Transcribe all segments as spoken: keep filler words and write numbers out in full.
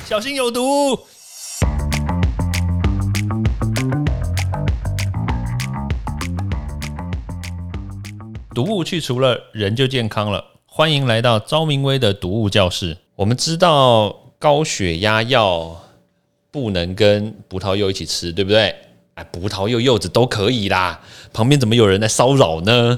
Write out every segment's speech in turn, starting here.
小心有毒。毒物去除了，人就健康了。欢迎来到昭明威的毒物教室。我们知道高血压药不能跟葡萄柚一起吃，对不对？哎，葡萄柚、柚子都可以啦。旁边怎么有人在骚扰呢？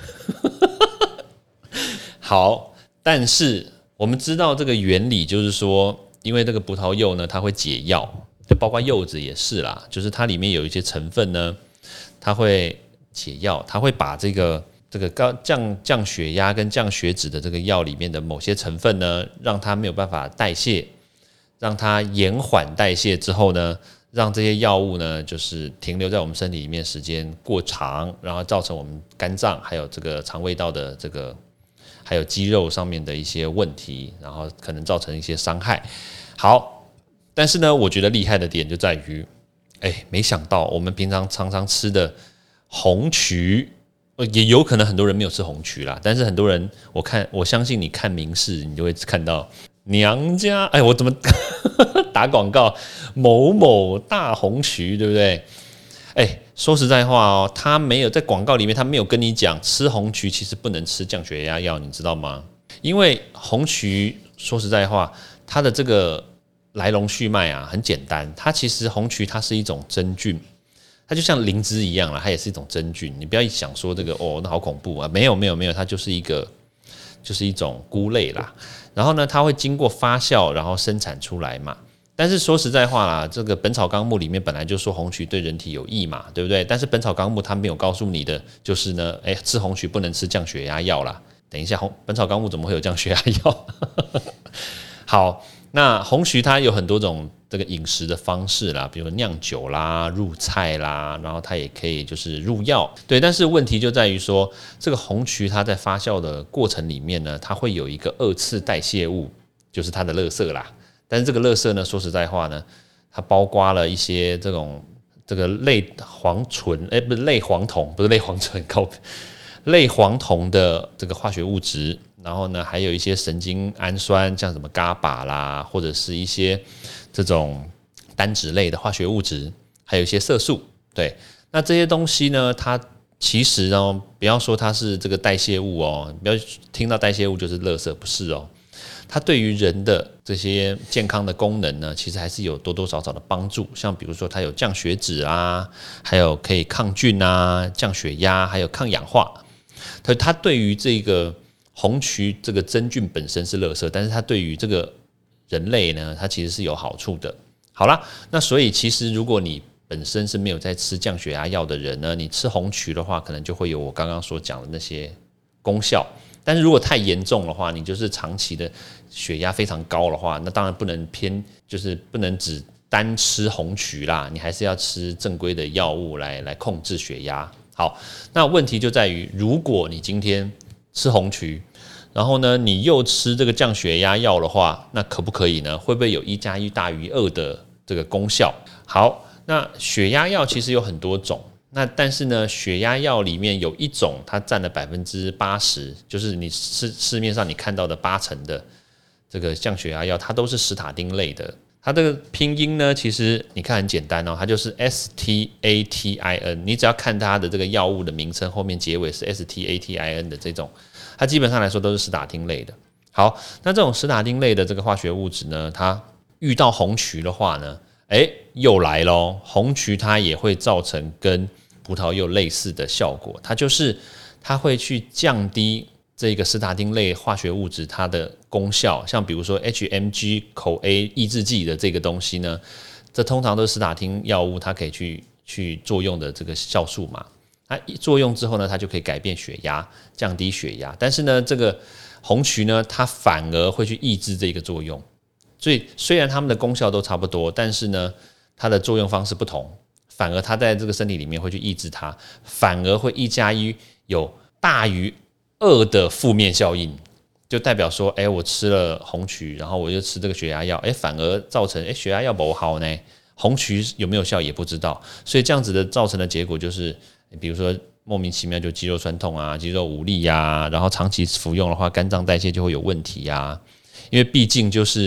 好，但是我们知道这个原理，就是说，因为这个葡萄柚呢，它会解药，就包括柚子也是啦，就是它里面有一些成分呢，它会解药，它会把这个。这个高降降血压跟降血脂的这个药里面的某些成分呢，让它没有办法代谢，让它延缓代谢之后呢，让这些药物呢就是停留在我们身体里面时间过长，然后造成我们肝脏还有这个肠胃道的这个还有肌肉上面的一些问题，然后可能造成一些伤害。好，但是呢，我觉得厉害的点就在于，哎，没想到我们平常常常吃的红曲。也有可能很多人没有吃红曲啦，但是很多人，我看我相信你看民视，你就会看到娘家，哎，我怎么打广告？某某大红曲，对不对？哎，说实在话哦，他没有在广告里面，他没有跟你讲吃红曲其实不能吃降血压药，你知道吗？因为红曲说实在话，它的这个来龙去脉啊很简单，它其实红曲它是一种真菌。它就像灵芝一样啦，它也是一种真菌。你不要想说这个哦，那好恐怖啊！没有没有没有，它就是一个就是一种菇类啦。然后呢，它会经过发酵，然后生产出来嘛。但是说实在话啦，这个《本草纲目》里面本来就说红曲对人体有益嘛，对不对？但是《本草纲目》它没有告诉你的就是呢，哎，吃红曲不能吃降血压药啦。等一下，《本草纲目》怎么会有降血压药？好。那红曲它有很多种这个饮食的方式啦，比如酿酒啦、入菜啦，然后它也可以就是入药，对。但是问题就在于说，这个红曲它在发酵的过程里面呢，它会有一个二次代谢物，就是它的垃圾啦。但是这个垃圾呢，说实在话呢，它包括了一些这种这个类黄醇，哎、欸，不是类黄酮，不是类黄醇，高类黄酮的这个化学物质。然后呢，还有一些神经氨酸，像什么 G A B A 啦，或者是一些这种单酯类的化学物质，还有一些色素。对，那这些东西呢，它其实哦，不要说它是这个代谢物哦，不要听到代谢物就是垃圾，不是哦。它对于人的这些健康的功能呢，其实还是有多多少少的帮助。像比如说，它有降血脂啊，还有可以抗菌啊、降血压，还有抗氧化。它对于这个红曲这个真菌本身是垃圾，但是它对于这个人类呢，它其实是有好处的。好啦，那所以其实如果你本身是没有在吃降血压药的人呢，你吃红曲的话，可能就会有我刚刚所讲的那些功效。但是如果太严重的话，你就是长期的血压非常高的话，那当然不能偏，就是不能只单吃红曲啦，你还是要吃正规的药物来来控制血压。好，那问题就在于，如果你今天吃红曲，然后呢，你又吃这个降血压药的话，那可不可以呢？会不会有一加一大于二的这个功效？好，那血压药其实有很多种，那但是呢，血压药里面有一种，它占了百分之八十，就是你市市面上你看到的八成的这个降血压药，它都是史塔丁类的。它这个拼音呢，其实你看很简单哦，它就是 S T A T I N， 你只要看它的这个药物的名称后面结尾是 S T A T I N 的这种，它基本上来说都是史塔丁类的。好，那这种史塔丁类的这个化学物质呢，它遇到红曲的话呢，哎，又来咯，红曲它也会造成跟葡萄柚类似的效果，它就是它会去降低这个史塔丁类化学物质它的功效，像比如说 H M G 口 A 抑制剂的这个东西呢，这通常都是史塔丁药物它可以去去作用的这个酵素嘛。它作用之后呢，它就可以改变血压，降低血压。但是呢，这个红曲呢，它反而会去抑制这个作用。所以虽然它们的功效都差不多，但是呢，它的作用方式不同，反而它在这个身体里面会去抑制它，反而会一加一有大于二的负面效应，就代表说，哎，我吃了红曲，然后我就吃这个血压药，哎，反而造成哎血压药不好呢，红曲有没有效也不知道，所以这样子的造成的结果就是，比如说莫名其妙就肌肉酸痛啊、肌肉无力呀、啊，然后长期服用的话，肝脏代谢就会有问题呀、啊，因为毕竟就是这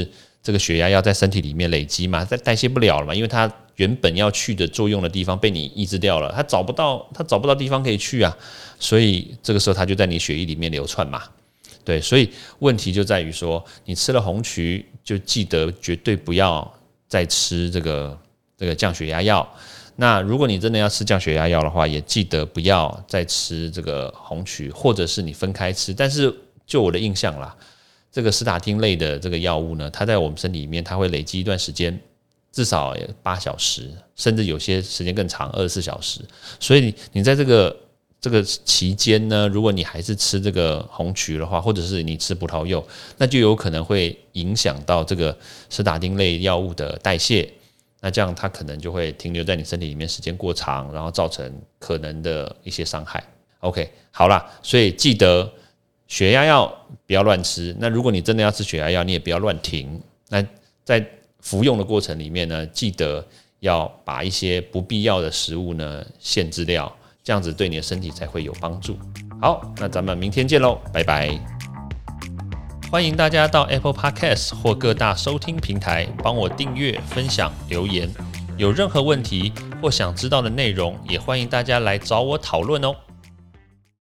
这个血压药在身体里面累积嘛，代谢不了了嘛，因为它原本要去的作用的地方被你抑制掉了，它找不到它找不到地方可以去啊，所以这个时候它就在你血液里面流窜嘛。对，所以问题就在于说，你吃了红曲，就记得绝对不要再吃这个这个降血压药。那如果你真的要吃降血压药的话，也记得不要再吃这个红曲，或者是你分开吃。但是就我的印象啦，这个施塔汀类的这个药物呢，它在我们身体里面，它会累积一段时间，至少八小时，甚至有些时间更长，二十四小时。所以你在这个这个期间呢，如果你还是吃这个红曲的话，或者是你吃葡萄柚，那就有可能会影响到这个施塔汀类药物的代谢，那这样它可能就会停留在你身体里面时间过长，然后造成可能的一些伤害。OK， 好啦，所以记得血压药不要乱吃。那如果你真的要吃血压药，你也不要乱停。那在服用的过程里面呢，记得要把一些不必要的食物呢限制掉。这样子对你的身体才会有帮助。好，那咱们明天见喽，拜拜！欢迎大家到 Apple Podcast 或各大收听平台帮我订阅、分享、留言。有任何问题或想知道的内容，也欢迎大家来找我讨论哦。